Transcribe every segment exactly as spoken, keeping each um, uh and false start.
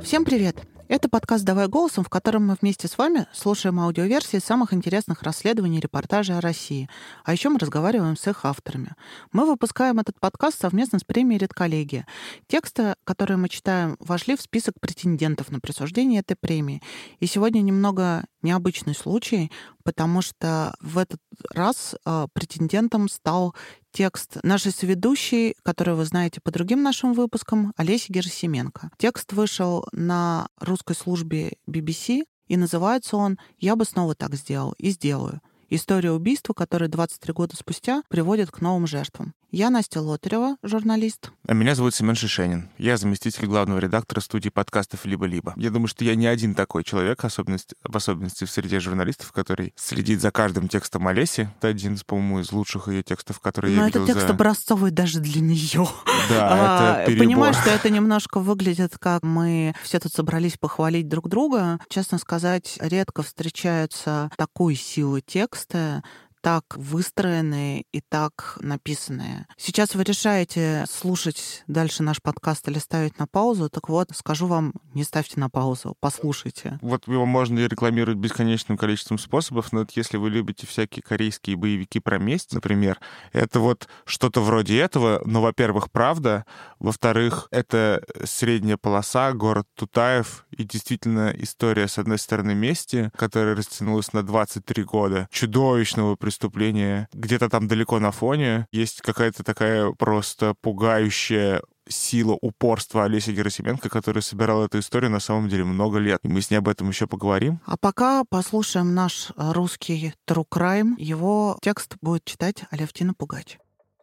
Всем привет! Это подкаст «Давай голосом», в котором мы вместе с вами слушаем аудиоверсии самых интересных расследований и репортажей о России. А еще мы разговариваем с их авторами. Мы выпускаем этот подкаст совместно с премией «Редколлегия». Тексты, которые мы читаем, вошли в список претендентов на присуждение этой премии. И сегодня немного необычный случай, потому что в этот раз э, претендентом стал текст нашей соведущей, которую вы знаете по другим нашим выпускам, Олеси Герасименко. Текст вышел на русской службе би би си, и называется он «Я бы снова так сделал и сделаю». История убийства, которая двадцать три года спустя приводит к новым жертвам. Я Настя Лотарева, журналист. А меня зовут Семен Шишенин. Я заместитель главного редактора студии подкастов «Либо-либо». Я думаю, что я не один такой человек, особенность, в особенности в среде журналистов, который следит за каждым текстом Олеси. Это один, по-моему, из лучших ее текстов, которые Но я это видел текст за... образцовый даже для нее. Да, это перебор. Понимаю, что это немножко выглядит, как мы все тут собрались похвалить друг друга. Честно сказать, редко встречаются такой силы текста, так выстроенные и так написанные. Сейчас вы решаете слушать дальше наш подкаст или ставить на паузу. Так вот, скажу вам, не ставьте на паузу, послушайте. Вот его можно и рекламировать бесконечным количеством способов, но вот если вы любите всякие корейские боевики про месть, например, это вот что-то вроде этого, но, во-первых, правда, во-вторых, это средняя полоса, город Тутаев, и действительно история, с одной стороны, мести, которая растянулась на двадцать три года, чудовищного преступления, где-то там далеко на фоне есть какая-то такая просто пугающая сила упорства Олеси Герасименко, которая собирала эту историю на самом деле много лет. И мы с ней об этом еще поговорим. А пока послушаем наш русский true crime. Его текст будет читать Алевтина Пугач.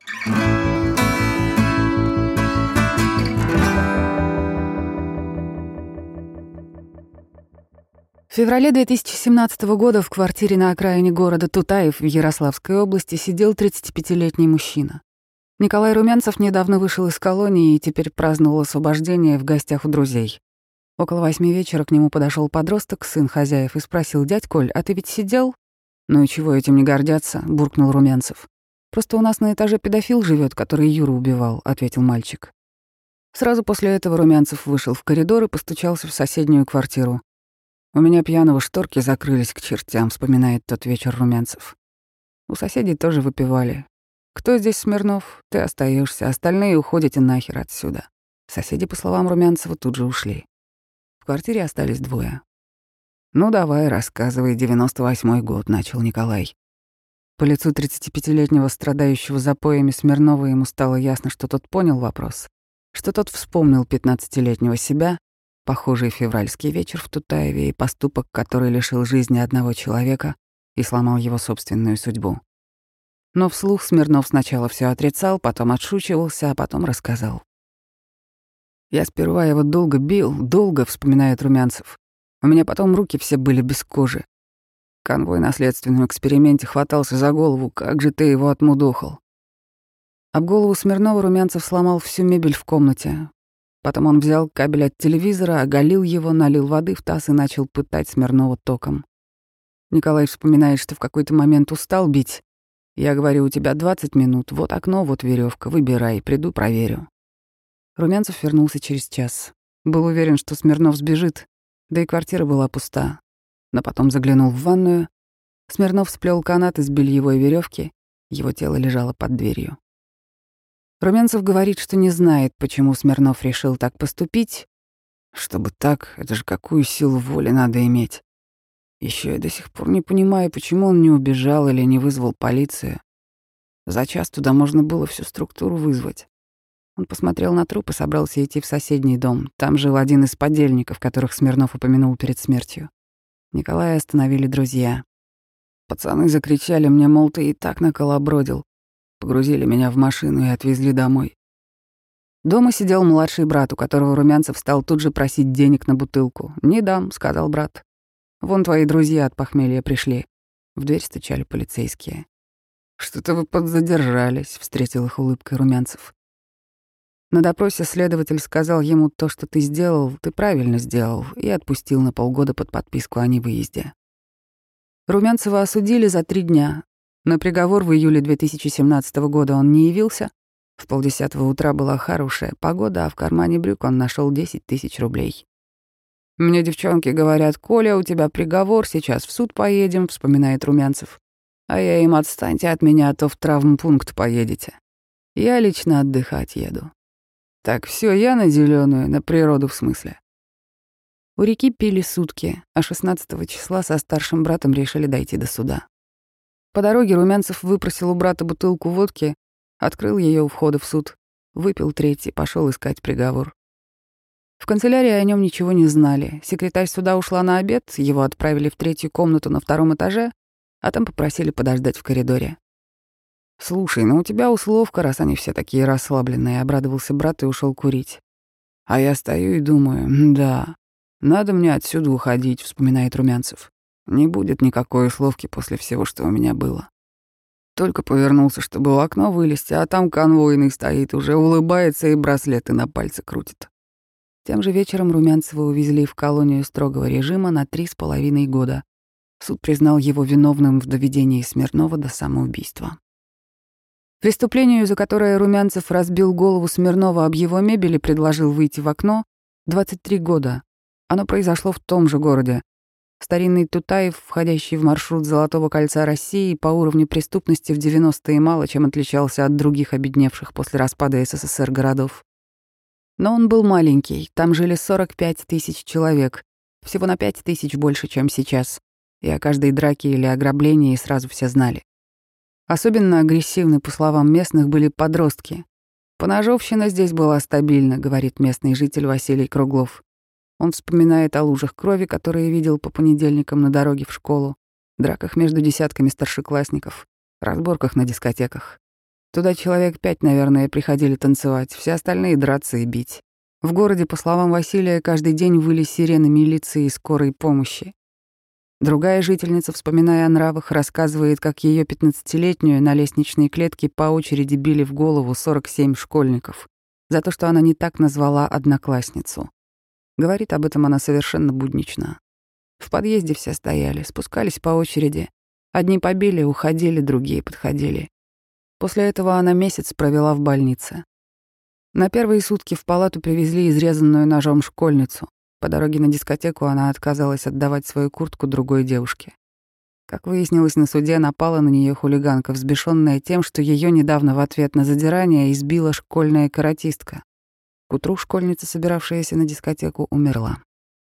В феврале две тысячи семнадцатого года в квартире на окраине города Тутаев в Ярославской области сидел тридцатипятилетний мужчина. Николай Румянцев недавно вышел из колонии и теперь праздновал освобождение в гостях у друзей. Около восьми вечера к нему подошел подросток, сын хозяев, и спросил: «Дядь Коль, а ты ведь сидел?» «Ну и чего этим не гордятся?» — буркнул Румянцев. «Просто у нас на этаже педофил живет, который Юру убивал», — ответил мальчик. Сразу после этого Румянцев вышел в коридор и постучался в соседнюю квартиру. «У меня пьяного шторки закрылись к чертям», — вспоминает тот вечер Румянцев. У соседей тоже выпивали. «Кто здесь Смирнов? Ты остаешься, остальные уходите нахер отсюда». Соседи, по словам Румянцева, тут же ушли. В квартире остались двое. «Ну давай, рассказывай, девяносто восьмой год», — начал Николай. По лицу тридцатипятилетнего страдающего запоями Смирнова ему стало ясно, что тот понял вопрос, что тот вспомнил пятнадцатилетнего себя, похожий февральский вечер в Тутаеве и поступок, который лишил жизни одного человека и сломал его собственную судьбу. Но вслух Смирнов сначала все отрицал, потом отшучивался, а потом рассказал. «Я сперва его долго бил, долго», — вспоминает Румянцев. «У меня потом руки все были без кожи. Конвой на следственном эксперименте хватался за голову, как же ты его отмудохал». Об голову Смирнова Румянцев сломал всю мебель в комнате. Потом он взял кабель от телевизора, оголил его, налил воды в таз и начал пытать Смирнова током. Николай вспоминает, что в какой-то момент устал бить. «Я говорю, у тебя двадцать минут, вот окно, вот веревка, выбирай, приду, проверю». Румянцев вернулся через час. Был уверен, что Смирнов сбежит, да и квартира была пуста. Но потом заглянул в ванную. Смирнов сплел канат из бельевой веревки, его тело лежало под дверью. Румянцев говорит, что не знает, почему Смирнов решил так поступить. Чтобы так, это же какую силу воли надо иметь. Еще я до сих пор не понимаю, почему он не убежал или не вызвал полицию. За час туда можно было всю структуру вызвать. Он посмотрел на труп и собрался идти в соседний дом. Там жил один из подельников, которых Смирнов упомянул перед смертью. Николая остановили друзья. Пацаны закричали мне, мол, ты и так наколобродил. Погрузили меня в машину и отвезли домой. Дома сидел младший брат, у которого Румянцев стал тут же просить денег на бутылку. «Не дам», — сказал брат. «Вон твои друзья от похмелья пришли». В дверь стучали полицейские. «Что-то вы подзадержались», — встретил их улыбкой Румянцев. На допросе следователь сказал ему: «То, что ты сделал, ты правильно сделал», и отпустил на полгода под подписку о невыезде. Румянцева осудили за три дня. На приговор в июле две тысячи семнадцатого года он не явился. В полдесятого утра была хорошая погода, а в кармане брюк он нашел десять тысяч рублей. Мне девчонки говорят: «Коля, у тебя приговор, сейчас в суд поедем», — вспоминает Румянцев. А я им: «Отстаньте от меня, а то в травмпункт поедете». Я лично отдыхать еду. Так, все, я на зеленую, на природу в смысле. У реки пили сутки, а шестнадцатого числа со старшим братом решили дойти до суда. По дороге Румянцев выпросил у брата бутылку водки, открыл ее у входа в суд, выпил третий, пошел искать приговор. В канцелярии о нем ничего не знали. Секретарь суда ушла на обед, его отправили в третью комнату на втором этаже, а там попросили подождать в коридоре. «Слушай, ну у тебя условка, раз они все такие расслабленные», — обрадовался брат и ушел курить. А я стою и думаю: да, надо мне отсюда уходить, вспоминает Румянцев. Не будет никакой условки после всего, что у меня было. Только повернулся, чтобы в окно вылезти, а там конвойный стоит, уже улыбается и браслеты на пальце крутит. Тем же вечером Румянцева увезли в колонию строгого режима на три с половиной года. Суд признал его виновным в доведении Смирнова до самоубийства. Преступлению, за которое Румянцев разбил голову Смирнова об его мебели, предложил выйти в окно, двадцать три года. Оно произошло в том же городе. Старинный Тутаев, входящий в маршрут Золотого кольца России, по уровню преступности в девяностые мало чем отличался от других обедневших после распада СССР городов. Но он был маленький, там жили сорок пять тысяч человек, всего на пять тысяч больше, чем сейчас, и о каждой драке или ограблении сразу все знали. Особенно агрессивны, по словам местных, были подростки. «Поножовщина здесь была стабильна», — говорит местный житель Василий Круглов. Он вспоминает о лужах крови, которые видел по понедельникам на дороге в школу, драках между десятками старшеклассников, разборках на дискотеках. Туда человек пять, наверное, приходили танцевать, все остальные драться и бить. В городе, по словам Василия, каждый день выли сирены милиции и скорой помощи. Другая жительница, вспоминая о нравах, рассказывает, как ее пятнадцатилетнюю на лестничной клетке по очереди били в голову сорок семь школьников за то, что она не так назвала одноклассницу. Говорит об этом она совершенно буднично. В подъезде все стояли, спускались по очереди. Одни побили, уходили, другие подходили. После этого она месяц провела в больнице. На первые сутки в палату привезли изрезанную ножом школьницу. По дороге на дискотеку она отказалась отдавать свою куртку другой девушке. Как выяснилось на суде, напала на нее хулиганка, взбешенная тем, что ее недавно в ответ на задирание избила школьная каратистка. К утру школьница, собиравшаяся на дискотеку, умерла.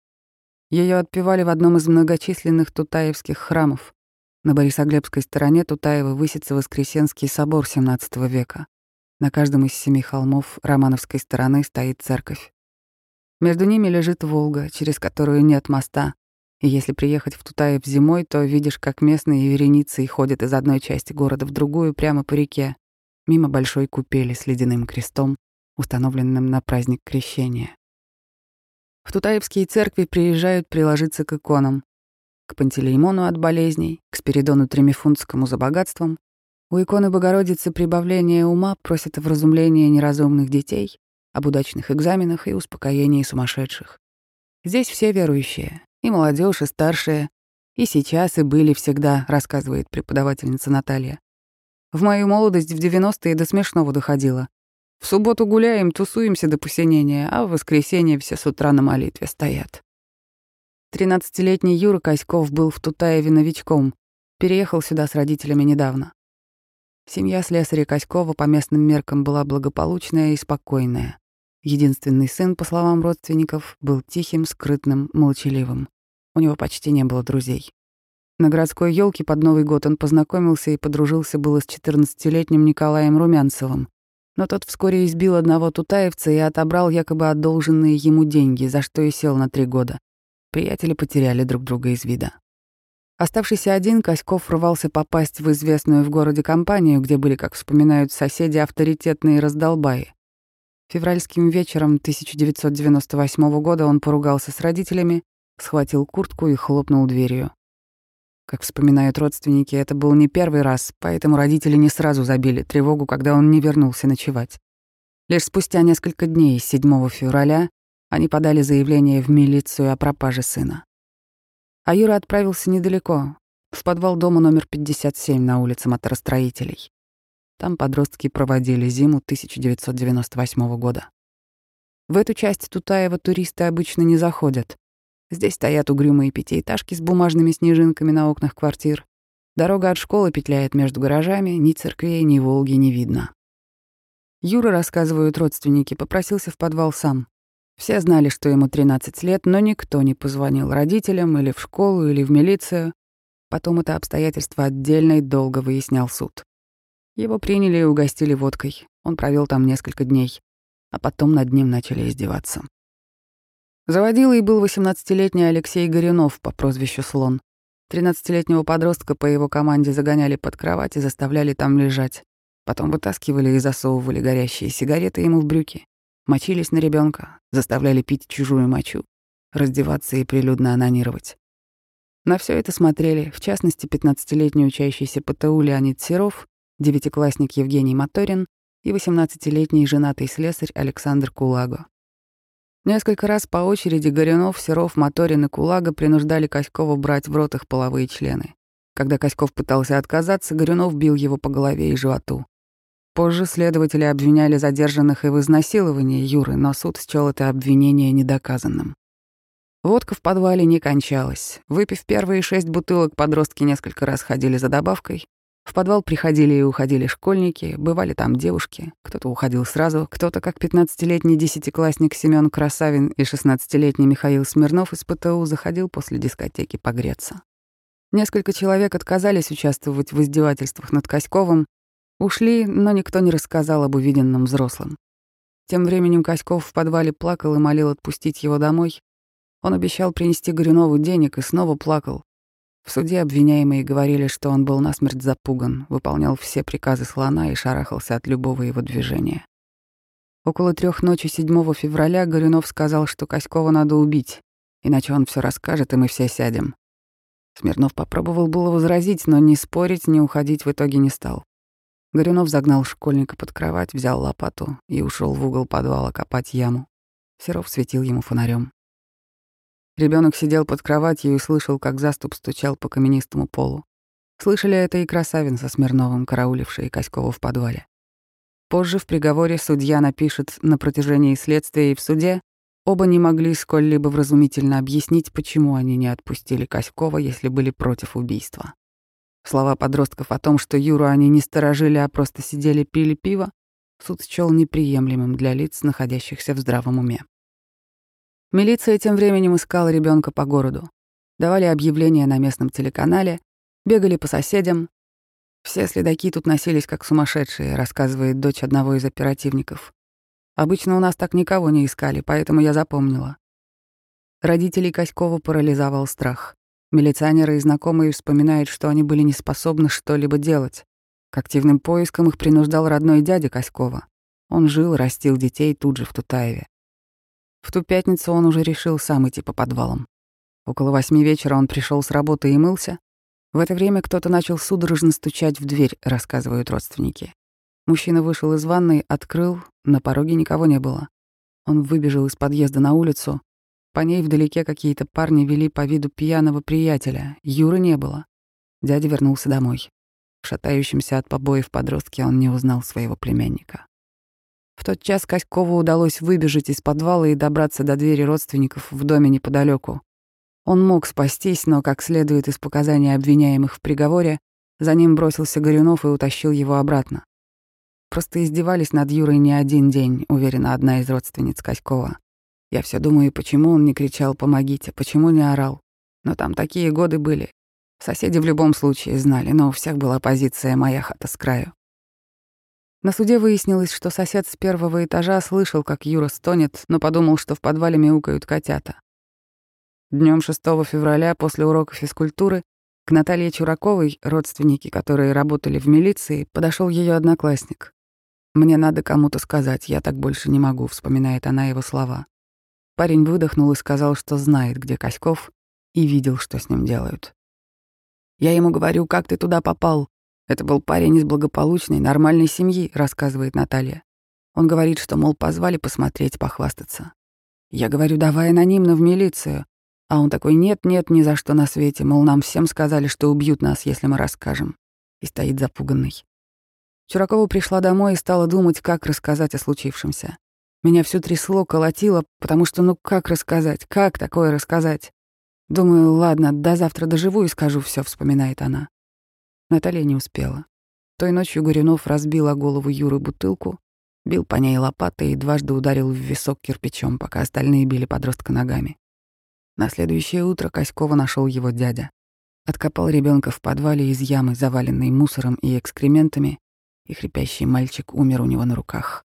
Ее отпевали в одном из многочисленных тутаевских храмов. На Борисоглебской стороне Тутаева высится Воскресенский собор семнадцатого века. На каждом из семи холмов Романовской стороны стоит церковь. Между ними лежит Волга, через которую нет моста, и если приехать в Тутаев зимой, то видишь, как местные вереницей ходят из одной части города в другую прямо по реке, мимо большой купели с ледяным крестом, установленным на праздник Крещения. В Тутаевские церкви приезжают приложиться к иконам, к Пантелеймону от болезней, к Спиридону Тремифунтскому за богатством. У иконы Богородицы прибавление ума просит вразумления неразумных детей, об удачных экзаменах и успокоении сумасшедших. Здесь все верующие, и молодежь, и старшие, и сейчас, и были всегда, рассказывает преподавательница Наталья. В мою молодость в девяностые до смешного доходило. В субботу гуляем, тусуемся до посинения, а в воскресенье все с утра на молитве стоят. Тринадцатилетний Юра Коськов был в Тутаеве новичком, переехал сюда с родителями недавно. Семья слесаря Коськова по местным меркам была благополучная и спокойная. Единственный сын, по словам родственников, был тихим, скрытным, молчаливым. У него почти не было друзей. На городской елке под Новый год он познакомился и подружился было с четырнадцатилетним Николаем Румянцевым. Но тот вскоре избил одного тутаевца и отобрал якобы одолженные ему деньги, за что и сел на три года. Приятели потеряли друг друга из вида. Оставшийся один, Коськов рвался попасть в известную в городе компанию, где были, как вспоминают соседи, авторитетные раздолбаи. Февральским вечером тысяча девятьсот девяносто восьмого года он поругался с родителями, схватил куртку и хлопнул дверью. Как вспоминают родственники, это был не первый раз, поэтому родители не сразу забили тревогу, когда он не вернулся ночевать. Лишь спустя несколько дней, седьмого февраля, они подали заявление в милицию о пропаже сына. А Юра отправился недалеко, в подвал дома номер пятьдесят семь на улице Моторостроителей. Там подростки проводили зиму тысяча девятьсот девяносто восьмого года. В эту часть Тутаева туристы обычно не заходят. Здесь стоят угрюмые пятиэтажки с бумажными снежинками на окнах квартир. Дорога от школы петляет между гаражами, ни церквей, ни Волги не видно. Юра, рассказывают родственники, попросился в подвал сам. Все знали, что ему тринадцать лет, но никто не позвонил родителям или в школу, или в милицию. Потом это обстоятельство отдельно и долго выяснял суд. Его приняли и угостили водкой. Он провел там несколько дней, а потом над ним начали издеваться. Заводилой был восемнадцатилетний Алексей Горюнов по прозвищу Слон. тринадцатилетнего подростка по его команде загоняли под кровать и заставляли там лежать. Потом вытаскивали и засовывали горящие сигареты ему в брюки, мочились на ребенка, заставляли пить чужую мочу, раздеваться и прилюдно онанировать. На все это смотрели, в частности, пятнадцатилетний учащийся ПТУ Леонид Серов, девятиклассник Евгений Моторин и восемнадцатилетний женатый слесарь Александр Кулаго. Несколько раз по очереди Горюнов, Серов, Моторин и Кулаго принуждали Коськова брать в рот их половые члены. Когда Коськов пытался отказаться, Горюнов бил его по голове и животу. Позже следователи обвиняли задержанных и в изнасиловании Юры, но суд счёл это обвинение недоказанным. Водка в подвале не кончалась. Выпив первые шесть бутылок, подростки несколько раз ходили за добавкой. В подвал приходили и уходили школьники, бывали там девушки. Кто-то уходил сразу, кто-то, как пятнадцатилетний десятиклассник Семён Красавин и шестнадцатилетний Михаил Смирнов из ПТУ, заходил после дискотеки погреться. Несколько человек отказались участвовать в издевательствах над Коськовым, ушли, но никто не рассказал об увиденном взрослым. Тем временем Коськов в подвале плакал и молил отпустить его домой. Он обещал принести Горюнову денег и снова плакал. В суде обвиняемые говорили, что он был насмерть запуган, выполнял все приказы слона и шарахался от любого его движения. Около трех ночи седьмого февраля Горюнов сказал, что Коськова надо убить, иначе он все расскажет, и мы все сядем. Смирнов попробовал было возразить, но ни спорить, ни уходить в итоге не стал. Горюнов загнал школьника под кровать, взял лопату и ушел в угол подвала копать яму. Серов светил ему фонарем. Ребенок сидел под кроватью и слышал, как заступ стучал по каменистому полу. Слышали это и Красавин со Смирновым, караулившие Коськова в подвале. Позже в приговоре судья напишет: на протяжении следствия и в суде оба не могли сколь-либо вразумительно объяснить, почему они не отпустили Коськова, если были против убийства. Слова подростков о том, что Юру они не сторожили, а просто сидели пили пиво, суд счёл неприемлемым для лиц, находящихся в здравом уме. Милиция тем временем искала ребенка по городу. Давали объявления на местном телеканале, бегали по соседям. Все следаки тут носились как сумасшедшие, рассказывает дочь одного из оперативников. Обычно у нас так никого не искали, поэтому я запомнила. Родителей Коськова парализовал страх. Милиционеры и знакомые вспоминают, что они были не способны что-либо делать. К активным поискам их принуждал родной дядя Коськова. Он жил, растил детей тут же в Тутаеве. В ту пятницу он уже решил сам идти по подвалам. Около восьми вечера он пришел с работы и мылся. В это время кто-то начал судорожно стучать в дверь, рассказывают родственники. Мужчина вышел из ванной, открыл, на пороге никого не было. Он выбежал из подъезда на улицу. По ней вдалеке какие-то парни вели по виду пьяного приятеля. Юры не было. Дядя вернулся домой. В шатающемся от побоев подростке он не узнал своего племянника. В тот час Коськову удалось выбежать из подвала и добраться до двери родственников в доме неподалеку. Он мог спастись, но, как следует из показаний обвиняемых в приговоре, за ним бросился Горюнов и утащил его обратно. Просто издевались над Юрой не один день, уверена одна из родственниц Коськова. Я все думаю, почему он не кричал «помогите», почему не орал. Но там такие годы были. Соседи в любом случае знали, но у всех была позиция «моя хата с краю». На суде выяснилось, что сосед с первого этажа слышал, как Юра стонет, но подумал, что в подвале мяукают котята. Днем шестого февраля после урока физкультуры к Наталье Чураковой, родственники, которые работали в милиции, подошел ее одноклассник. «Мне надо кому-то сказать, я так больше не могу», — вспоминает она его слова. Парень выдохнул и сказал, что знает, где Коськов, и видел, что с ним делают. «Я ему говорю, как ты туда попал? Это был парень из благополучной, нормальной семьи», — рассказывает Наталья. Он говорит, что, мол, позвали посмотреть, похвастаться. Я говорю, давай анонимно в милицию. А он такой, нет-нет, ни за что на свете, мол, нам всем сказали, что убьют нас, если мы расскажем. И стоит запуганный. Чуракова пришла домой и стала думать, как рассказать о случившемся. Меня всё трясло, колотило, потому что ну как рассказать, как такое рассказать? Думаю, ладно, до завтра доживу и скажу все, вспоминает она. Наталья не успела. Той ночью Горюнов разбил о голову Юры бутылку, бил по ней лопатой и дважды ударил в висок кирпичом, пока остальные били подростка ногами. На следующее утро Коськова нашел его дядя. Откопал ребенка в подвале из ямы, заваленной мусором и экскрементами, и хрипящий мальчик умер у него на руках.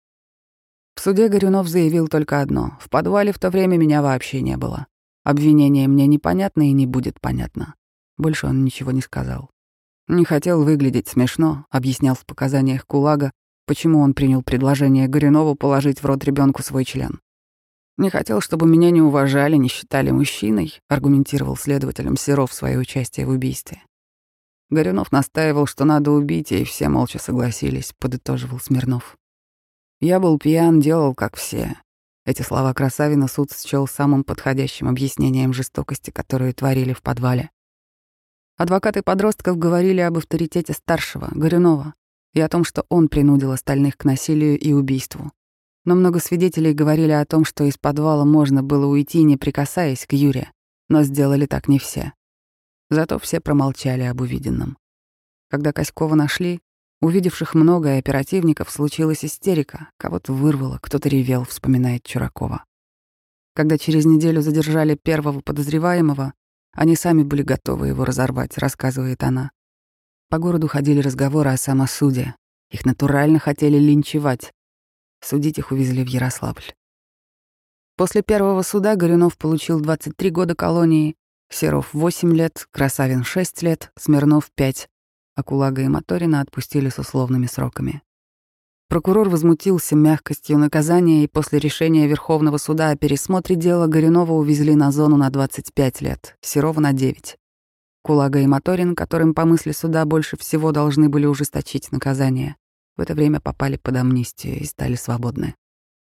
В суде Горюнов заявил только одно: в подвале в то время меня вообще не было. Обвинение мне непонятно и не будет понятно. Больше он ничего не сказал. Не хотел выглядеть смешно, объяснял в показаниях Кулага, почему он принял предложение Горюнову положить в рот ребенку свой член. «Не хотел, чтобы меня не уважали, не считали мужчиной», аргументировал следователям Серов свое участие в убийстве. Горюнов настаивал, что надо убить, и все молча согласились, подытоживал Смирнов. «Я был пьян, делал как все». Эти слова Красавина суд счёл самым подходящим объяснением жестокости, которую творили в подвале. Адвокаты подростков говорили об авторитете старшего, Горюнова, и о том, что он принудил остальных к насилию и убийству. Но много свидетелей говорили о том, что из подвала можно было уйти, не прикасаясь к Юре, но сделали так не все. Зато все промолчали об увиденном. Когда Коськова нашли, увидевших много оперативников, случилась истерика, кого-то вырвало, кто-то ревел, вспоминает Чуракова. Когда через неделю задержали первого подозреваемого, они сами были готовы его разорвать, рассказывает она. По городу ходили разговоры о самосуде. Их натурально хотели линчевать. Судить их увезли в Ярославль. После первого суда Горюнов получил двадцать три года колонии, Серов — восемь лет, Красавин — шесть лет, Смирнов — пять, а Кулага и Моторина отпустили с условными сроками. Прокурор возмутился мягкостью наказания, и после решения Верховного суда о пересмотре дела Горюнова увезли на зону на двадцать пять лет, Серова — на девять. Кулага и Моторин, которым по мысли суда больше всего должны были ужесточить наказание, в это время попали под амнистию и стали свободны.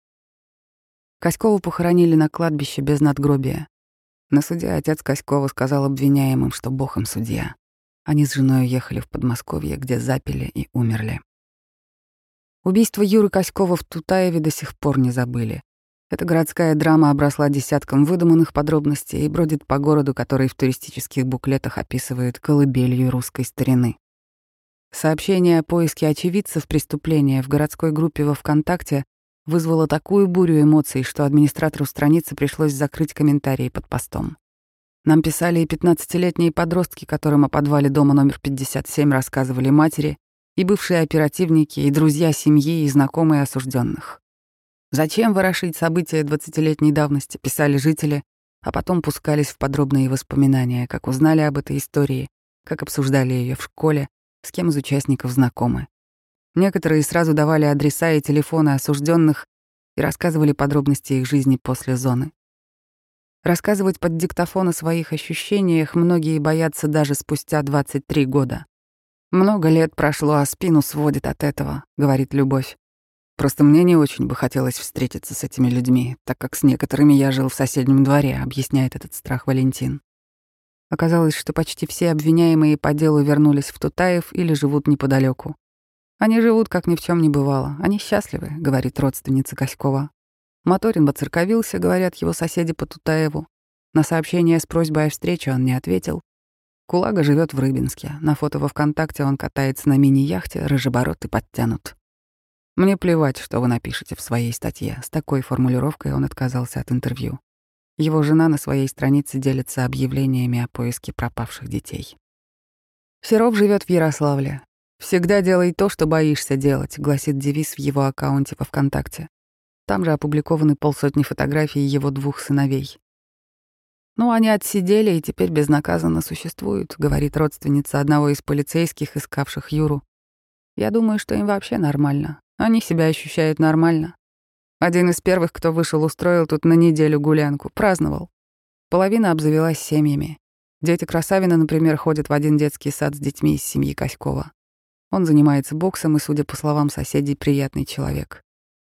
Коськову похоронили на кладбище без надгробия. На суде отец Коськова сказал обвиняемым, что Бог им судья. Они с женой уехали в Подмосковье, где запили и умерли. Убийство Юры Коськова в Тутаеве до сих пор не забыли. Эта городская драма обросла десятком выдуманных подробностей и бродит по городу, который в туристических буклетах описывают колыбелью русской старины. Сообщение о поиске очевидцев преступления в городской группе во ВКонтакте вызвало такую бурю эмоций, что администратору страницы пришлось закрыть комментарии под постом. Нам писали и пятнадцатилетние подростки, которым о подвале дома номер пятьдесят семь рассказывали матери, и бывшие оперативники, и друзья семьи, и знакомые осужденных. «Зачем ворошить события двадцатилетней давности?» — писали жители, а потом пускались в подробные воспоминания, как узнали об этой истории, как обсуждали ее в школе, с кем из участников знакомы. Некоторые сразу давали адреса и телефоны осужденных и рассказывали подробности их жизни после зоны. Рассказывать под диктофон о своих ощущениях многие боятся даже спустя двадцать три года. «Много лет прошло, а спину сводит от этого», — говорит Любовь. «Просто мне не очень бы хотелось встретиться с этими людьми, так как с некоторыми я жил в соседнем дворе», — объясняет этот страх Валентин. Оказалось, что почти все обвиняемые по делу вернулись в Тутаев или живут неподалеку. «Они живут, как ни в чем не бывало. Они счастливы», — говорит родственница Коськова. Моторин воцерковился, говорят его соседи по Тутаеву. На сообщение с просьбой о встрече он не ответил. Кулага живет в Рыбинске. На фото во ВКонтакте он катается на мини-яхте, рыжебород и подтянут. «Мне плевать, что вы напишете в своей статье». С такой формулировкой он отказался от интервью. Его жена на своей странице делится объявлениями о поиске пропавших детей. Серов живет в Ярославле. «Всегда делай то, что боишься делать», — гласит девиз в его аккаунте во ВКонтакте. Там же опубликованы полсотни фотографий его двух сыновей. «Ну, они отсидели и теперь безнаказанно существуют», — говорит родственница одного из полицейских, искавших Юру. «Я думаю, что им вообще нормально. Они себя ощущают нормально. Один из первых, кто вышел, устроил тут на неделю гулянку, праздновал. Половина обзавелась семьями. Дети Красавина, например, ходят в один детский сад с детьми из семьи Коськова. Он занимается боксом и, судя по словам соседей, приятный человек.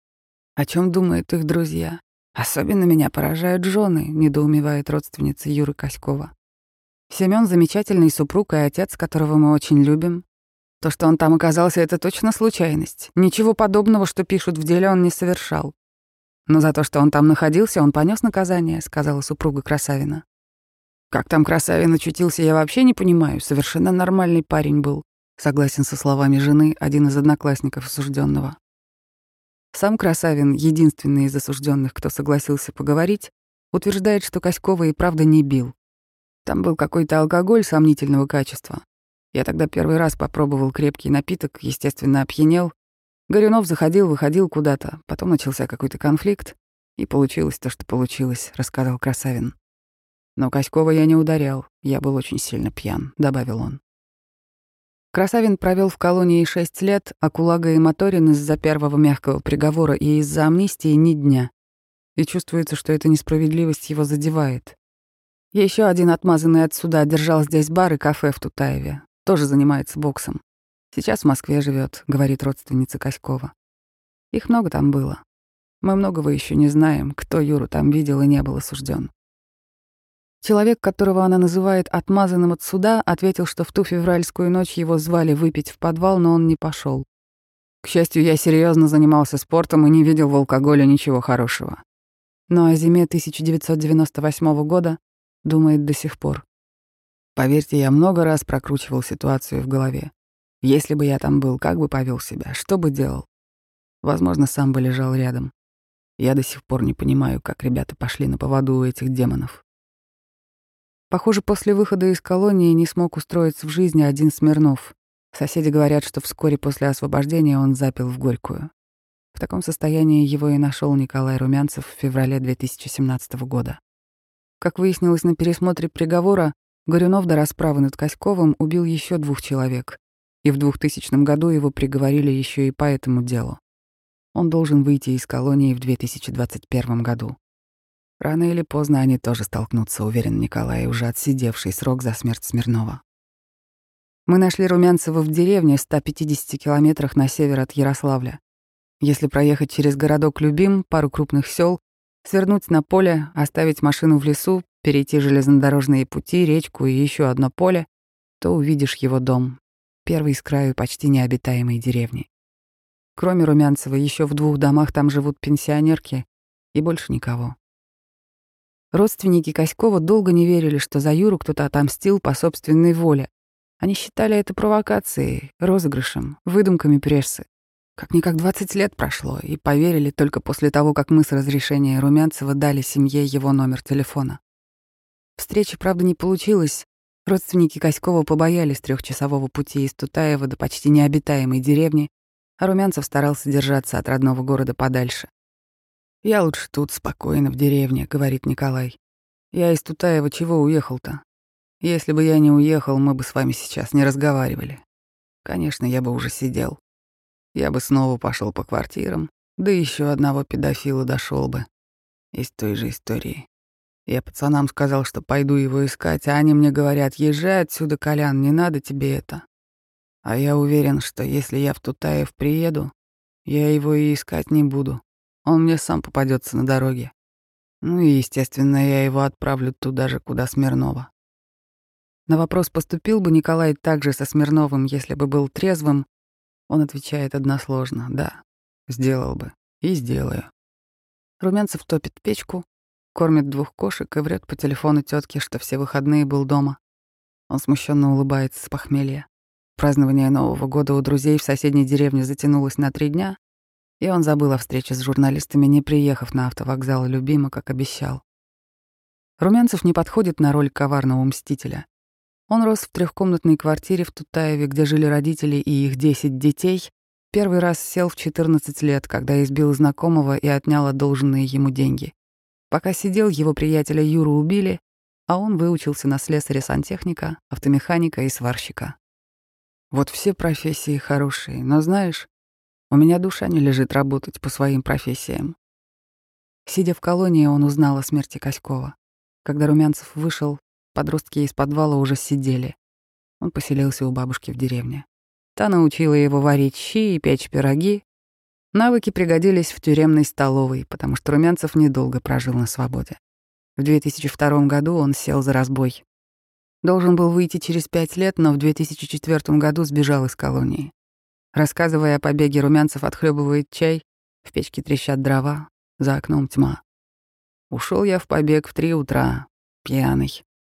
О чем думают их друзья? Особенно меня поражают жены», — недоумевает родственница Юры Коськова. Семён — замечательный супруг и отец, которого мы очень любим. То, что он там оказался, это точно случайность. Ничего подобного, что пишут в деле, он не совершал. Но за то, что он там находился, он понес наказание, сказала супруга Красавина. Как там Красавин очутился, я вообще не понимаю. Совершенно нормальный парень был. Согласен со словами жены один из одноклассников осужденного. Сам Красавин, единственный из осужденных, кто согласился поговорить, утверждает, что Коськова и правда не бил. Там был какой-то алкоголь сомнительного качества. Я тогда первый раз попробовал крепкий напиток, естественно, опьянел. Горюнов заходил, выходил куда-то, потом начался какой-то конфликт, и получилось то, что получилось, рассказал Красавин. Но Коськова я не ударял, я был очень сильно пьян, добавил он. Красавин провел в колонии шесть лет, а Кулага и Моторин из-за первого мягкого приговора и из-за амнистии ни дня. И чувствуется, что эта несправедливость его задевает. Еще один отмазанный от суда держал здесь бар и кафе в Тутаеве. Тоже занимается боксом. Сейчас в Москве живет, говорит родственница Коськова. Их много там было. Мы многого еще не знаем, кто Юру там видел и не был осужден. Человек, которого она называет отмазанным от суда, ответил, что в ту февральскую ночь его звали выпить в подвал, но он не пошел. К счастью, я серьезно занимался спортом и не видел в алкоголе ничего хорошего. Но о зиме тысяча девятьсот девяносто восьмого года думает до сих пор. Поверьте, я много раз прокручивал ситуацию в голове. Если бы я там был, как бы повел себя, что бы делал? Возможно, сам бы лежал рядом. Я до сих пор не понимаю, как ребята пошли на поводу у этих демонов. Похоже, после выхода из колонии не смог устроиться в жизни один Смирнов. Соседи говорят, что вскоре после освобождения он запил в Горькую. В таком состоянии его и нашел Николай Румянцев в феврале две тысячи семнадцатого года. Как выяснилось на пересмотре приговора, Горюнов до расправы над Коськовым убил еще двух человек, и в двухтысячном году его приговорили еще и по этому делу. Он должен выйти из колонии в две тысячи двадцать первом году. Рано или поздно они тоже столкнутся, уверен Николай, уже отсидевший срок за смерть Смирнова. Мы нашли Румянцева в деревне в ста пятидесяти километрах на север от Ярославля. Если проехать через городок Любим, пару крупных сел, свернуть на поле, оставить машину в лесу, перейти железнодорожные пути, речку и еще одно поле, то увидишь его дом, первый с краю почти необитаемой деревни. Кроме Румянцева, еще в двух домах там живут пенсионерки и больше никого. Родственники Коськова долго не верили, что за Юру кто-то отомстил по собственной воле. Они считали это провокацией, розыгрышем, выдумками прессы. Как-никак двадцать лет прошло, и поверили только после того, как мы с разрешения Румянцева дали семье его номер телефона. Встречи, правда, не получилось. Родственники Коськова побоялись трехчасового пути из Тутаева до почти необитаемой деревни, а Румянцев старался держаться от родного города подальше. «Я лучше тут, спокойно, в деревне», — говорит Николай. «Я из Тутаева чего уехал-то? Если бы я не уехал, мы бы с вами сейчас не разговаривали. Конечно, я бы уже сидел. Я бы снова пошел по квартирам, да еще одного педофила дошел бы. Из той же истории. Я пацанам сказал, что пойду его искать, а они мне говорят: езжай отсюда, Колян, не надо тебе это. А я уверен, что если я в Тутаев приеду, я его и искать не буду. Он мне сам попадется на дороге. Ну и, естественно, я его отправлю туда же, куда Смирнова». На вопрос, поступил бы Николай так же со Смирновым, если бы был трезвым, он отвечает односложно: «Да, сделал бы и сделаю». Румянцев топит печку, кормит двух кошек и врет по телефону тетке, что все выходные был дома. Он смущенно улыбается с похмелья. Празднование Нового года у друзей в соседней деревне затянулось на три дня, и он забыл о встрече с журналистами, не приехав на автовокзал Любима, как обещал. Румянцев не подходит на роль коварного мстителя. Он рос в трехкомнатной квартире в Тутаеве, где жили родители и их десять детей. Первый раз сел в четырнадцать лет, когда избил знакомого и отнял одолженные ему деньги. Пока сидел, его приятеля Юру убили, а он выучился на слесаря-сантехника, автомеханика и сварщика. Вот все профессии хорошие, но знаешь, у меня душа не лежит работать по своим профессиям. Сидя в колонии, он узнал о смерти Коськова. Когда Румянцев вышел, подростки из подвала уже сидели. Он поселился у бабушки в деревне. Та научила его варить щи и печь пироги. Навыки пригодились в тюремной столовой, потому что Румянцев недолго прожил на свободе. В две тысячи втором году он сел за разбой. Должен был выйти через пять лет, но в две тысячи четвёртом году сбежал из колонии. Рассказывая о побеге, Румянцев отхлебывает чай, в печке трещат дрова, за окном тьма. Ушел я в побег в три утра, пьяный.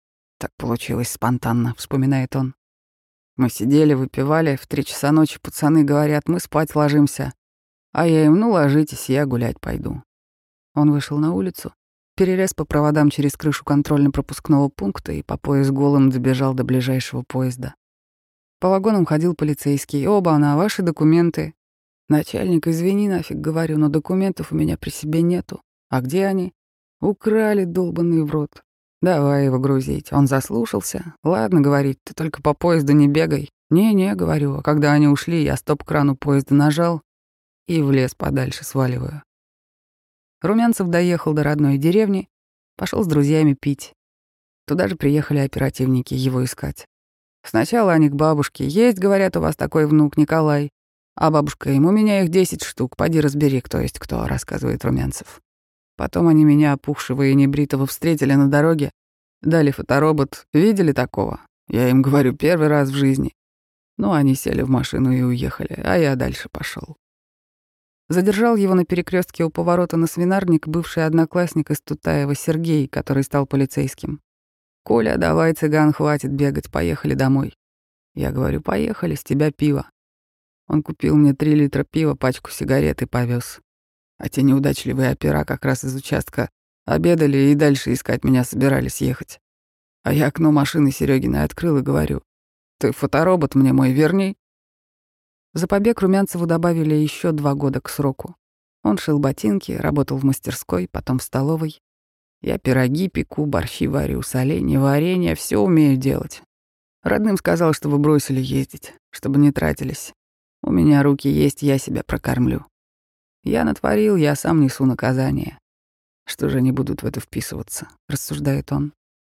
Так получилось спонтанно, вспоминает он. Мы сидели, выпивали, в три часа ночи пацаны говорят, мы спать ложимся. А я им, ну ложитесь, я гулять пойду. Он вышел на улицу, перелез по проводам через крышу контрольно-пропускного пункта и по пояс голым добежал до ближайшего поезда. По вагонам ходил полицейский. Оба, на ваши документы. Начальник, извини, нафиг говорю, но документов у меня при себе нету. А где они? Украли, долбанный в рот. Давай его грузить. Он заслушался. Ладно, говорит, ты только по поезду не бегай. Не-не, говорю, а когда они ушли, я стоп-крану поезда нажал и в лес подальше сваливаю. Румянцев доехал до родной деревни, пошел с друзьями пить. Туда же приехали оперативники его искать. Сначала они к бабушке. Есть, говорят, у вас такой внук Николай. А бабушка им, у меня их десять штук, поди разбери, кто есть кто, рассказывает Румянцев. Потом они меня, опухшего и небритого, встретили на дороге, дали фоторобот. Видели такого? Я им говорю, первый раз в жизни. Ну, они сели в машину и уехали, а я дальше пошел. Задержал его на перекрестке у поворота на свинарник бывший одноклассник из Тутаева Сергей, который стал полицейским. «Коля, давай, цыган, хватит бегать, поехали домой». Я говорю, поехали, с тебя пиво. Он купил мне три литра пива, пачку сигарет и повез. А те неудачливые опера как раз из участка обедали и дальше искать меня собирались ехать. А я окно машины Серёгиной открыл и говорю, ты фоторобот мне мой верни. За побег Румянцеву добавили еще два года к сроку. Он шил ботинки, работал в мастерской, потом в столовой. Я пироги пеку, борщи варю, соленья, варенье, все умею делать. Родным сказал, чтобы бросили ездить, чтобы не тратились. У меня руки есть, я себя прокормлю. Я натворил, я сам несу наказание. Что же они будут в это вписываться, рассуждает он.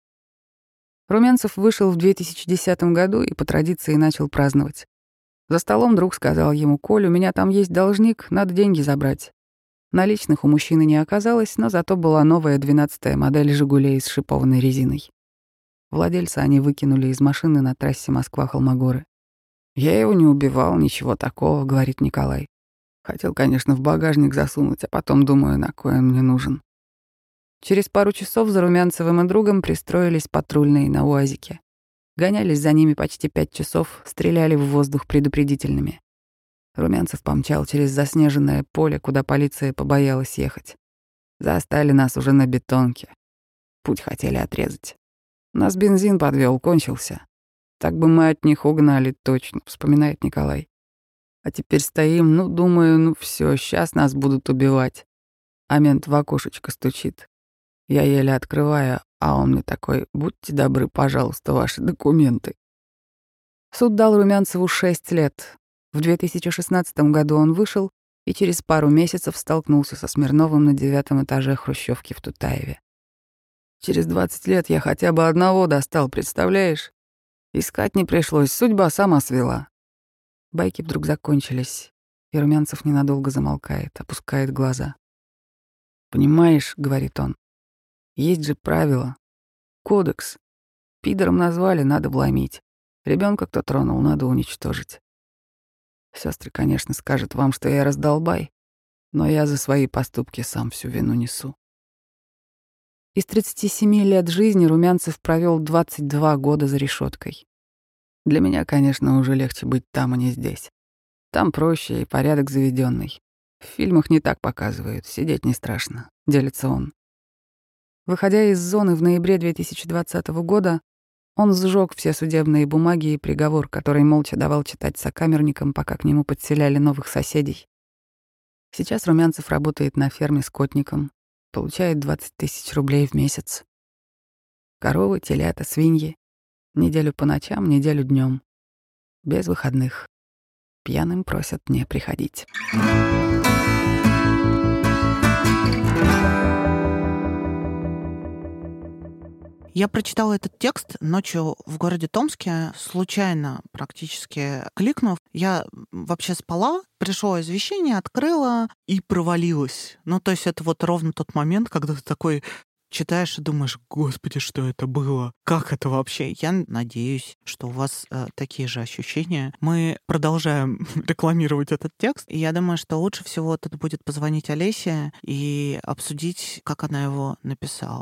Румянцев вышел в две тысячи десятом году и по традиции начал праздновать. За столом друг сказал ему, «Коль, у меня там есть должник, надо деньги забрать». Наличных у мужчины не оказалось, но зато была новая двенадцатая модель «Жигулей» с шипованной резиной. Владельца они выкинули из машины на трассе Москва-Холмогоры. «Я его не убивал, ничего такого», — говорит Николай. «Хотел, конечно, в багажник засунуть, а потом думаю, на кой он мне нужен». Через пару часов за Румянцевым и другом пристроились патрульные на УАЗике. Гонялись за ними почти пять часов, стреляли в воздух предупредительными. Румянцев помчал через заснеженное поле, куда полиция побоялась ехать. Застали нас уже на бетонке. Путь хотели отрезать. Нас бензин подвел, кончился. Так бы мы от них угнали точно, вспоминает Николай. А теперь стоим, ну, думаю, ну все, сейчас нас будут убивать. А мент в окошечко стучит. Я еле открываю, а он мне такой, будьте добры, пожалуйста, ваши документы. Суд дал Румянцеву шесть лет. В две тысячи шестнадцатом году он вышел и через пару месяцев столкнулся со Смирновым на девятом этаже хрущевки в Тутаеве. Через двадцать лет я хотя бы одного достал, представляешь? Искать не пришлось, судьба сама свела. Байки вдруг закончились, и Румянцев ненадолго замолкает, опускает глаза. «Понимаешь, — говорит он, — есть же правило, кодекс. Пидором назвали, надо вломить. Ребенка кто тронул, надо уничтожить. Сестры, конечно, скажут вам, что я раздолбай, но я за свои поступки сам всю вину несу». Из тридцати семи лет жизни Румянцев провел двадцать два года за решеткой. Для меня, конечно, уже легче быть там, а не здесь. Там проще и порядок заведенный. В фильмах не так показывают, сидеть не страшно, делится он. Выходя из зоны в ноябре две тысячи двадцатого года, он сжег все судебные бумаги и приговор, который молча давал читать сокамерникам, пока к нему подселяли новых соседей. Сейчас Румянцев работает на ферме скотником, получает двадцать тысяч рублей в месяц. Коровы, телята, свиньи. Неделю по ночам, неделю днем. Без выходных. Пьяным просят не приходить. Я прочитала этот текст ночью в городе Томске, случайно практически кликнув. Я вообще спала, пришло извещение, открыла и провалилась. Ну, то есть это вот ровно тот момент, когда ты такой читаешь и думаешь, господи, что это было? Как это вообще? Я надеюсь, что у вас э, такие же ощущения. Мы продолжаем рекламировать этот текст, и я думаю, что лучше всего тут будет позвонить Олесе и обсудить, как она его написала.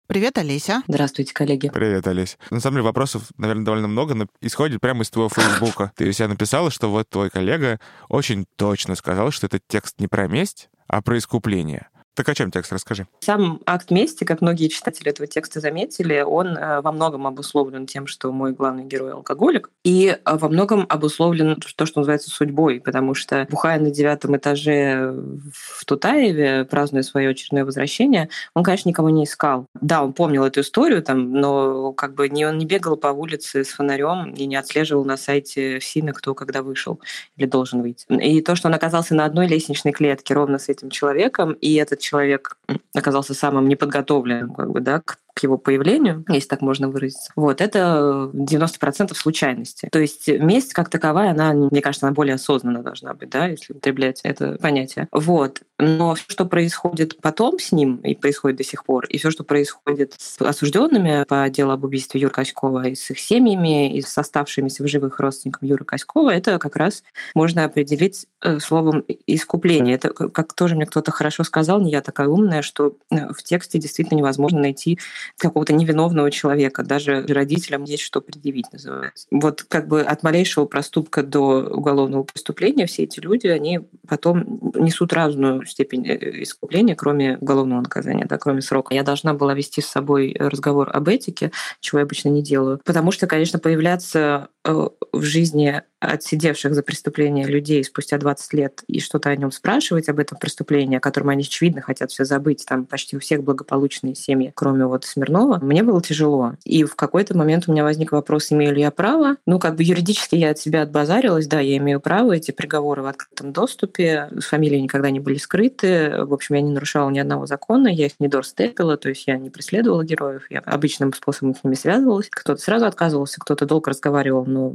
Привет, Олеся. Здравствуйте, коллеги. Привет, Олеся. На самом деле вопросов, наверное, довольно много, но исходит прямо из твоего Фейсбука. Ты себя написала, что вот твой коллега очень точно сказал, что этот текст не про месть, а про искупление. Так о чем текст? Расскажи. Сам акт мести, как многие читатели этого текста заметили, он во многом обусловлен тем, что мой главный герой алкоголик, и во многом обусловлен то, что называется судьбой, потому что, бухая на девятом этаже в Тутаеве, празднуя свое очередное возвращение, он, конечно, никого не искал. Да, он помнил эту историю, там, но как бы не, он не бегал по улице с фонарем и не отслеживал на сайте ФСИНа, кто когда вышел или должен выйти. И то, что он оказался на одной лестничной клетке ровно с этим человеком, и этот человек оказался самым неподготовленным как бы, да, к к его появлению, если так можно выразиться. Вот, это девяносто процентов случайности. То есть месть как таковая, она, мне кажется, она более осознанно должна быть, да, если употреблять это понятие. Вот. Но все, что происходит потом с ним, и происходит до сих пор, и все, что происходит с осужденными по делу об убийстве Юры Коськова, и с их семьями, и с оставшимися в живых родственниками Юры Коськова, это как раз можно определить словом искупление. Это, как тоже мне кто-то хорошо сказал, не я такая умная, что в тексте действительно невозможно найти какого-то невиновного человека. Даже родителям есть что предъявить, называется. Вот как бы от малейшего проступка до уголовного преступления все эти люди, они потом несут разную степень искупления, кроме уголовного наказания, да, кроме срока. Я должна была вести с собой разговор об этике, чего я обычно не делаю. Потому что, конечно, появляться в жизни отсидевших за преступление людей спустя двадцать лет и что-то о нем спрашивать, об этом преступлении, о котором они, очевидно, хотят все забыть. Там почти у всех благополучные семьи, кроме вот Смирнова. Мне было тяжело. И в какой-то момент у меня возник вопрос, имею ли я право. Ну, как бы юридически я от себя отбазарилась. Да, я имею право. Эти приговоры в открытом доступе. Фамилии никогда не были скрыты. В общем, я не нарушала ни одного закона. Я их не дорстепила, то есть я не преследовала героев. Я обычным способом с ними связывалась. Кто-то сразу отказывался, кто-то долго разговаривал, но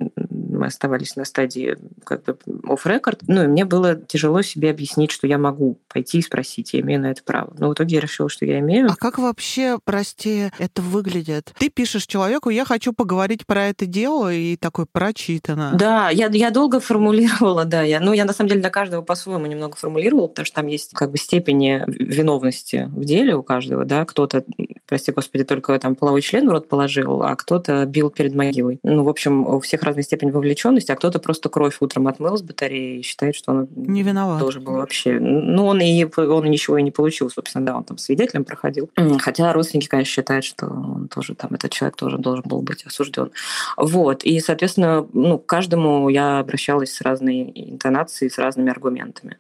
мы оставались на стадии как бы off-record. Ну, и мне было тяжело себе объяснить, что я могу пойти и спросить, я имею на это право. Но в итоге я решила, что я имею. А как вообще, прости, это выглядит? Ты пишешь человеку, я хочу поговорить про это дело, и такой прочитано. Да, я, я долго формулировала, да. Я, ну, я на самом деле для каждого по-своему немного формулировала, потому что там есть как бы степени виновности в деле у каждого, да. Кто-то, прости господи, только там половой член в рот положил, а кто-то бил перед могилой. Ну, в общем, у всех разная степень вовлеченности, а кто-то просто кровь утром отмыл с батареи и считает, что он не виноват. Должен был вообще. Ну, он и он ничего и не получил, собственно, да, он там свидетелем проходил. Хотя родственники, конечно, считают, что он тоже там, этот человек тоже должен был быть осужден. Вот. И, соответственно, ну, к каждому я обращалась с разной интонацией, с разными аргументами.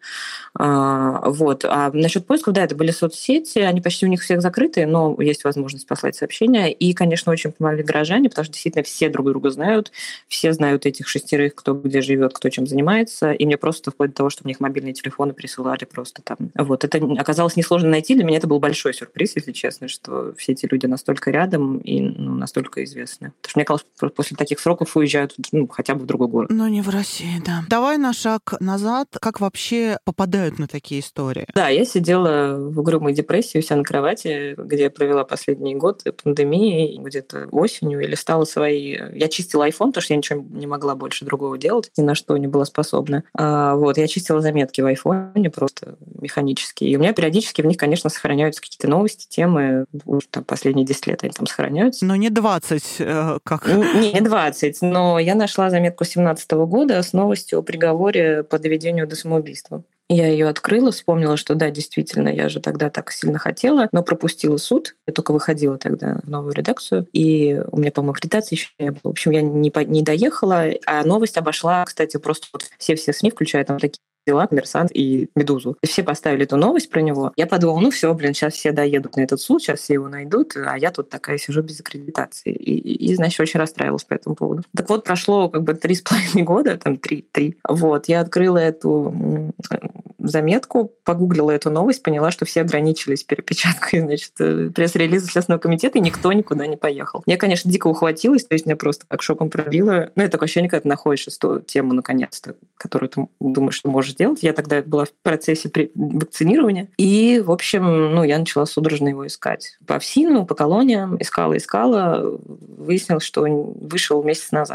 А, вот. А насчет поисков, да, это были соцсети, они почти у них всех закрыты, но есть возможность послать сообщения. И, конечно, очень помогли горожане, потому что действительно все друг друга знают, все знают этих шестерых, кто где живет, кто чем занимается, и мне просто вплоть до того, что мне их мобильные телефоны присылали просто там. Вот. Это оказалось несложно найти, для меня это был большой сюрприз, если честно, что все эти люди настолько рядом и ну, настолько известны. Потому что мне казалось, что после таких сроков уезжают ну, хотя бы в другой город. Но не в России, да. Давай на шаг назад. Как вообще попадают на такие истории? Да, я сидела в угрюмой депрессии у себя на кровати, где я провела последний год пандемии, где-то осенью, и листала свои... Я чистила iPhone, потому что я ничего не могла больше другого делать, ни на что не была способна. А, вот, я чистила заметки в айфоне просто механически. И у меня периодически в них, конечно, сохраняются какие-то новости, темы. Уж там последние десять лет они там сохраняются. Но не двадцать, э, как... Не, не двадцать, но я нашла заметку семнадцатого года с новостью о приговоре по доведению до самоубийства. Я ее открыла, вспомнила, что да, действительно, я же тогда так сильно хотела, но пропустила суд. Я только выходила тогда в новую редакцию, и у меня, по-моему, аккредитации еще не было. В общем, я не, по- не доехала, а новость обошла, кстати, просто вот все-все СМИ, включая там такие дела, «Коммерсант» и «Медузу». Все поставили эту новость про него. Я подумала, ну все, блин, сейчас все доедут на этот суд, сейчас все его найдут, а я тут такая сижу без аккредитации. И, и, и значит, очень расстраивалась по этому поводу. Так вот, прошло как бы три с половиной года, там три, три. Вот, я открыла эту заметку, погуглила эту новость, поняла, что все ограничились перепечаткой, значит, пресс-релиза Следственного комитета, и никто никуда не поехал. Я, конечно, дико ухватилась, то есть меня просто как шоком пробило. Ну, это такое ощущение, когда ты находишь эту тему, наконец-то, которую ты думаешь, что можешь делать. Я тогда была в процессе вакцинирования. И, в общем, ну, я начала судорожно его искать. По ФСИНу, по колониям, искала-искала. Выяснилось, что он вышел месяц назад.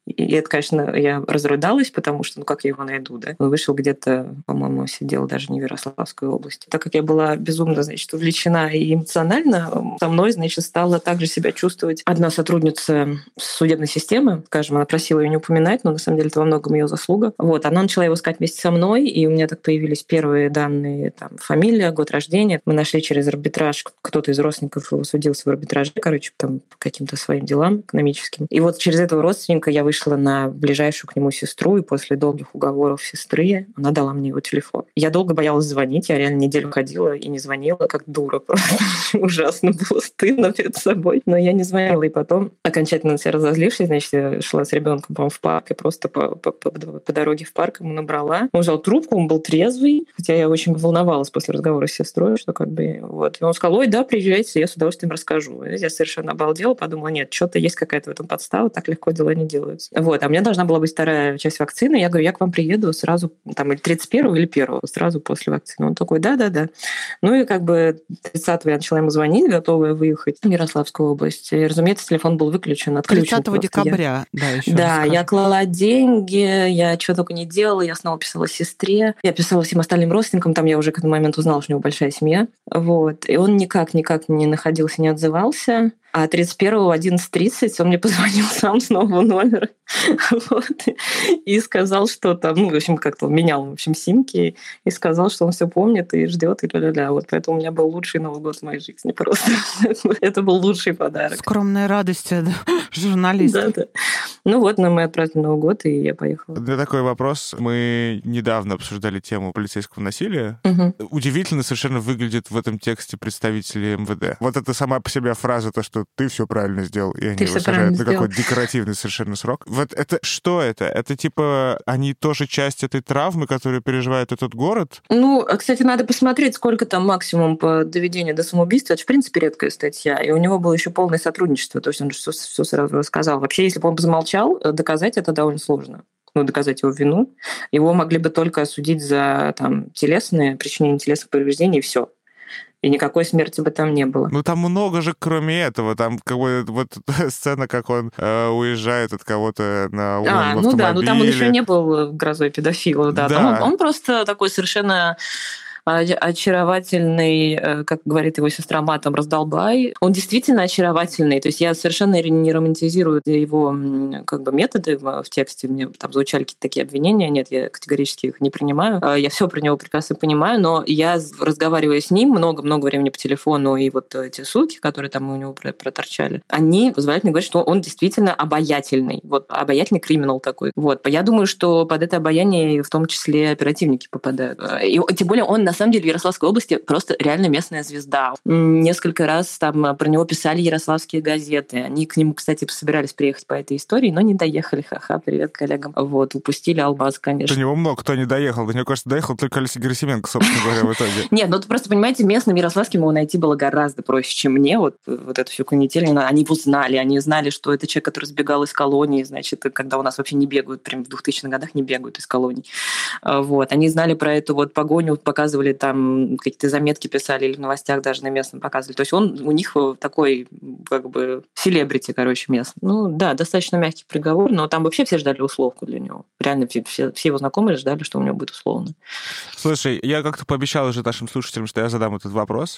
И это, конечно, я разрыдалась, потому что, ну как я его найду, да? Он вышел где-то, по-моему, сидел даже не в Ярославской области. Так как я была безумно, значит, увлечена и эмоционально, со мной, значит, стала также себя чувствовать одна сотрудница судебной системы, скажем, она просила ее не упоминать, но на самом деле это во многом ее заслуга. Вот, она начала его искать вместе со мной, и у меня так появились первые данные, там, фамилия, год рождения. Мы нашли через арбитраж, кто-то из родственников его судился в арбитраже, короче, там, по каким-то своим делам экономическим. И вот через этого родственника я вышла на ближайшую к нему сестру, и после долгих уговоров сестры она дала мне его телефон. Я долго боялась звонить, я реально неделю ходила и не звонила, как дура. Просто ужасно было стыдно перед собой. Но я не звонила, и потом, окончательно на себя разозлившись, значит, я шла с ребенком, по-моему, в парк, и просто по, по, по, по дороге в парк ему набрала. Он взял трубку, он был трезвый, хотя я очень волновалась после разговора с сестрой, что как бы вот. И он сказал: ой, да, приезжайте, я с удовольствием расскажу. И я совершенно обалдела, подумала: нет, что-то есть какая-то в этом подстава, так легко дела не делаются. Вот. А у меня должна была быть вторая часть вакцины. Я говорю: я к вам приеду сразу, там, или тридцать первого, или первого, сразу после вакцины. Он такой: да-да-да. Ну и как бы тридцатого я начала ему звонить, готовая выехать в Ярославскую область. И, разумеется, телефон был выключен, отключен. тридцатого декабря, я... да, еще Да, я клала деньги, я что только не делала, я снова писала сестре, я писала всем остальным родственникам, там я уже к этому моменту узнала, что у него большая семья. Вот. И он никак-никак не находился, не отзывался. А тридцать первого в одиннадцать тридцать он мне позвонил сам с нового номера. Вот. И сказал, что там, ну, в общем, как-то он менял, в общем, симки, и сказал, что он все помнит и ждет, и ля-ля-ля. Вот поэтому у меня был лучший Новый год в моей жизни просто. Это был лучший подарок. Скромная радость, да, журналист. Да, да. Ну вот, мы отпраздновали Новый год, и я поехала. У меня такой вопрос. Мы недавно обсуждали тему полицейского насилия. Угу. Удивительно совершенно выглядит в этом тексте представители эм вэ дэ. Вот это сама по себе фраза, то, что ты все правильно сделал, и они ты его сажают на какой-то декоративный совершенно срок. Вот это что это? Это типа они тоже часть этой травмы, которую переживает этот город? Ну, кстати, надо посмотреть, сколько там максимум по доведению до самоубийства. Это, в принципе, редкая статья. И у него было еще полное сотрудничество. То есть он все, все сразу рассказал. Вообще, если бы он замолчал, доказать это довольно сложно. Ну, доказать его вину. Его могли бы только осудить за там, телесное, причинение телесных повреждений, и все. И никакой смерти бы там не было. Ну, там много же, кроме этого. Там как бы вот сцена, как он э, уезжает от кого-то на угон а, в ну да, ну там он еще не был грозой педофила. Да. Да. Он, он просто такой совершенно очаровательный, как говорит его сестра матом, раздолбай. Он действительно очаровательный. То есть я совершенно не романтизирую его как бы методы в тексте. Мне там звучали какие-то такие обвинения. Нет, я категорически их не принимаю. Я все про него прекрасно понимаю, но я, разговаривая с ним много-много времени по телефону, и вот эти сутки, которые там у него проторчали, они позволяют мне говорить, что он действительно обаятельный. Вот обаятельный криминал такой. Вот. Я думаю, что под это обаяние в том числе оперативники попадают. И тем более он на На самом деле в Ярославской области просто реально местная звезда. Несколько раз там про него писали ярославские газеты. Они к нему, кстати, собирались приехать по этой истории, но не доехали. Ха-ха, привет коллегам. Вот, упустили алмаз, конечно. До него много кто не доехал. До него, кажется, доехал только Алексей Герасименко, собственно говоря, в итоге. Нет, ну просто, понимаете, местным ярославским его найти было гораздо проще, чем мне. Вот, вот эту всю канитель. Они его знали. Они знали, что это человек, который сбегал из колонии. Значит, когда у нас вообще не бегают, прям в двухтысячных годах не бегают из колоний. Вот. Они знали про эту вот погоню, показывали там какие-то заметки писали или в новостях даже на местном показывали. То есть он у них такой как бы селебрити, короче, местный. Ну да, достаточно мягкий приговор, но там вообще все ждали условку для него. Реально все, все, все его знакомые ждали, что у него будет условно. Слушай, я как-то пообещал уже нашим слушателям, что я задам этот вопрос.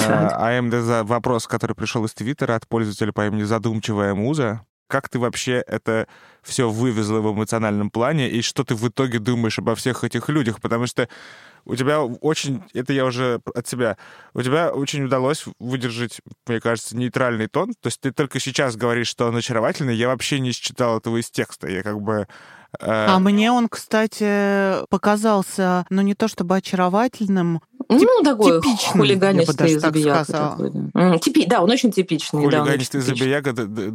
А именно вопрос, который пришел из Твиттера от пользователя по имени Задумчивая Муза. Как ты вообще это все вывезла в эмоциональном плане, и что ты в итоге думаешь обо всех этих людях? Потому что у тебя очень, это я уже от себя, у тебя очень удалось выдержать, мне кажется, нейтральный тон. То есть ты только сейчас говоришь, что он очаровательный. Я вообще не считал этого из текста. Я как бы... Э... А мне он, кстати, показался, ну, не то чтобы очаровательным, ну, такой типичный, хулиганистый забияка. Такой, да. Типи, да, он очень типичный. Хулиганистый да, забияка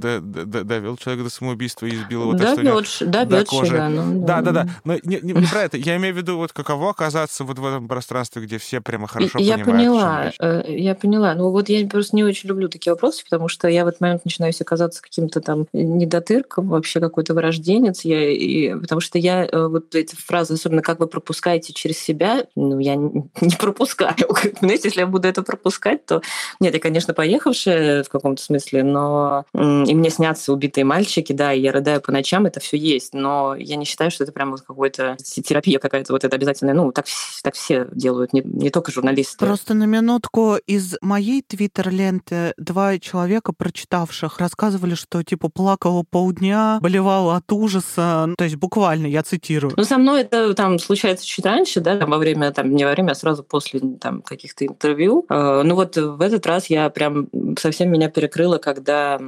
довел человека до самоубийства и избил его так, что что до кожи. Да, ну, да, да, да. Но не, не, не про это. Я имею в виду, вот каково оказаться вот в этом пространстве, где все прямо хорошо я понимают. Поняла, я поняла. Ну вот я просто не очень люблю такие вопросы, потому что я в этот момент начинаю себе казаться каким-то там недотырком, вообще какой-то вырожденец. Я, и, потому что я вот эти фразы, особенно как вы пропускаете через себя, ну я не пропускаю. пропускаю. Знаете, если я буду это пропускать, то... Нет, я, конечно, поехавшая в каком-то смысле, но... И мне снятся убитые мальчики, да, и я рыдаю по ночам, это все есть, но я не считаю, что это прям вот какая-то терапия какая-то вот это обязательная. Ну, так, так все делают, не, не только журналисты. Просто на минутку из моей твиттер-ленты два человека, прочитавших, рассказывали, что типа плакала полдня, болевала от ужаса. То есть буквально, я цитирую. Ну, со мной это там случается чуть раньше, да, там, во время, там, не во время, а сразу после там, каких-то интервью. Ну вот в этот раз я прям совсем меня перекрыла, когда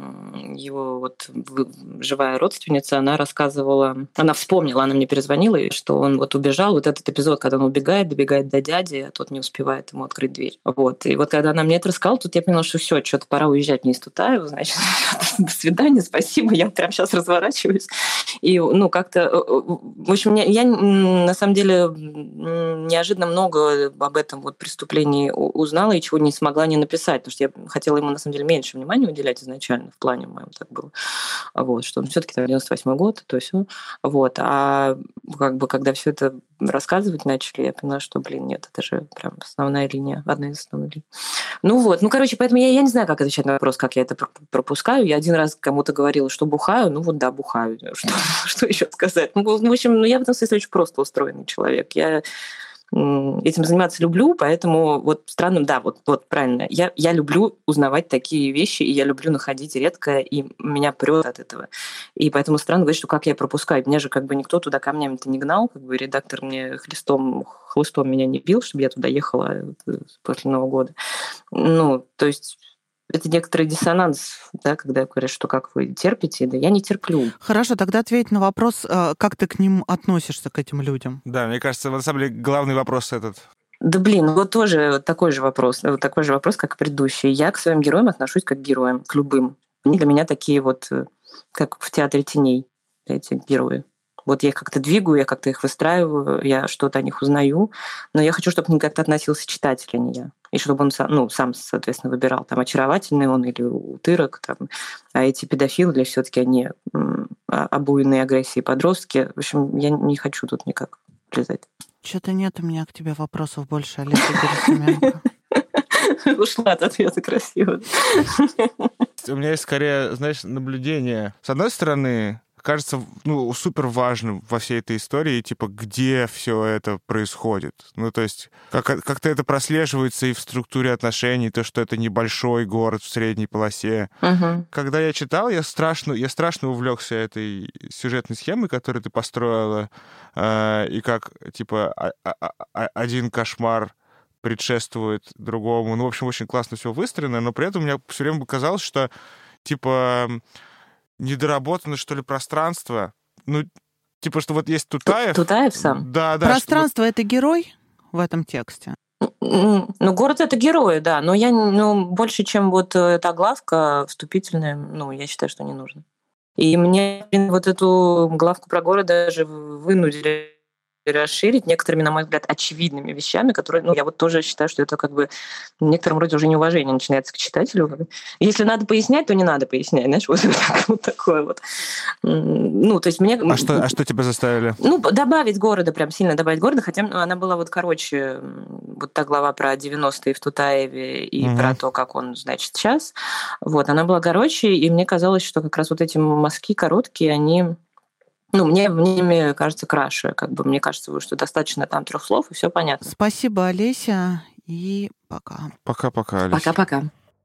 его вот живая родственница, она рассказывала, она вспомнила, она мне перезвонила, что он вот убежал, вот этот эпизод, когда он убегает, добегает до дяди, а тот не успевает ему открыть дверь. Вот. И вот когда она мне это рассказала, тут я поняла, что все, что-то пора уезжать мне из Тутаева, значит, до свидания, спасибо, я прям сейчас разворачиваюсь. И, ну, как-то... В общем, я на самом деле неожиданно много об этом вот преступлении узнала и чего не смогла не написать, потому что я хотела ему, на самом деле, меньше внимания уделять изначально, в плане моем так было. Вот, что он все-таки девяносто восьмой год, то все. Вот. А как бы, когда все это рассказывать начали, я поняла, что, блин, нет, это же прям основная линия, одна из основных линий. Ну вот, ну, короче, поэтому я, я не знаю, как отвечать на вопрос, как я это пропускаю. Я один раз кому-то говорила, что бухаю, ну вот да, бухаю. Что, что еще сказать? Ну, в общем, ну, я в этом смысле очень просто устроенный человек. Я этим заниматься люблю, поэтому вот странным, да, вот, вот правильно, я, я люблю узнавать такие вещи, и я люблю находить редкое, и меня прет от этого. И поэтому странно говорить, что как я пропускаю. Меня же как бы никто туда камнями-то не гнал, как бы редактор мне хлыстом, хлыстом меня не бил, чтобы я туда ехала после Нового года. Ну, то есть... Это некоторый диссонанс, да, когда говорят, что как вы терпите, да я не терплю. Хорошо, тогда ответь на вопрос, как ты к ним относишься, к этим людям. Да, мне кажется, на самом деле главный вопрос этот. Да блин, вот тоже такой же вопрос, вот такой же вопрос, как и предыдущий. Я к своим героям отношусь как к героям, к любым. Они для меня такие вот, как в театре теней, эти герои. Вот я их как-то двигаю, я как-то их выстраиваю, я что-то о них узнаю, но я хочу, чтобы к ним как-то относился читатель, а не я. И чтобы он сам, ну, сам, соответственно, выбирал, там, очаровательный он или утырок, там, а эти педофилы для все-таки они обуянные агрессии подростки. В общем, я не хочу тут никак влезать. Что-то нет у меня к тебе вопросов больше, Олеся Герасименко. Ушла от ответа красиво. У меня есть скорее, знаешь, наблюдение. С одной стороны, кажется, ну, супер важным во всей этой истории, типа, где все это происходит. Ну, то есть, как, как-то это прослеживается и в структуре отношений, то, что это небольшой город в средней полосе. Uh-huh. Когда я читал, я страшно, я страшно увлекся этой сюжетной схемой, которую ты построила, э, и как, типа, а, а, а, один кошмар предшествует другому. Ну, в общем, очень классно все выстроено, но при этом мне все время казалось, что, типа... недоработано, что ли, пространство. Ну, типа, что вот есть Тутаев. Тутаев сам? Да, да. Пространство что... — это герой в этом тексте? Ну, город — это герои, да. Но я, ну, больше, чем вот эта главка вступительная, ну, я считаю, что не нужно. И мне вот эту главку про город даже вынудили расширить некоторыми, на мой взгляд, очевидными вещами, которые, ну, я вот тоже считаю, что это как бы в некотором роде уже неуважение начинается к читателю. Если надо пояснять, то не надо пояснять, знаешь, вот, вот такое вот. Ну, то есть мне... А что, а что тебя заставили? Ну, добавить города, прям сильно добавить города, хотя она была вот короче, вот та глава про девяностые в Тутаеве и угу. про то, как он, значит, сейчас. Вот, она была короче, и мне казалось, что как раз вот эти мазки короткие, они... Ну, мне в ними кажется краше. Как бы мне кажется, что достаточно там трех слов, и все понятно. Спасибо, Олеся, и пока. Пока-пока, Олеся. Пока-пока.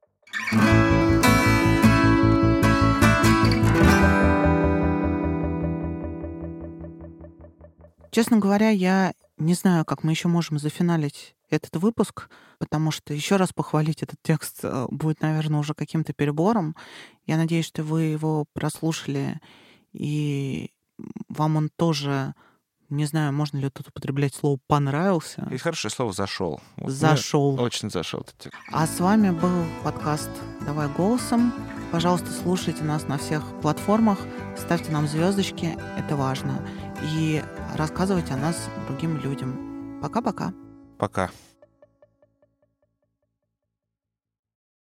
Честно говоря, я не знаю, как мы еще можем зафиналить этот выпуск, потому что еще раз похвалить этот текст будет, наверное, уже каким-то перебором. Я надеюсь, что вы его прослушали, и вам он тоже, не знаю, можно ли тут употреблять слово «понравился». Есть хорошее слово «зашел». Вот зашел. Очень зашел этот текст. А с вами был подкаст «Давай голосом». Пожалуйста, слушайте нас на всех платформах, ставьте нам звездочки, это важно. И рассказывайте о нас другим людям. Пока-пока. Пока.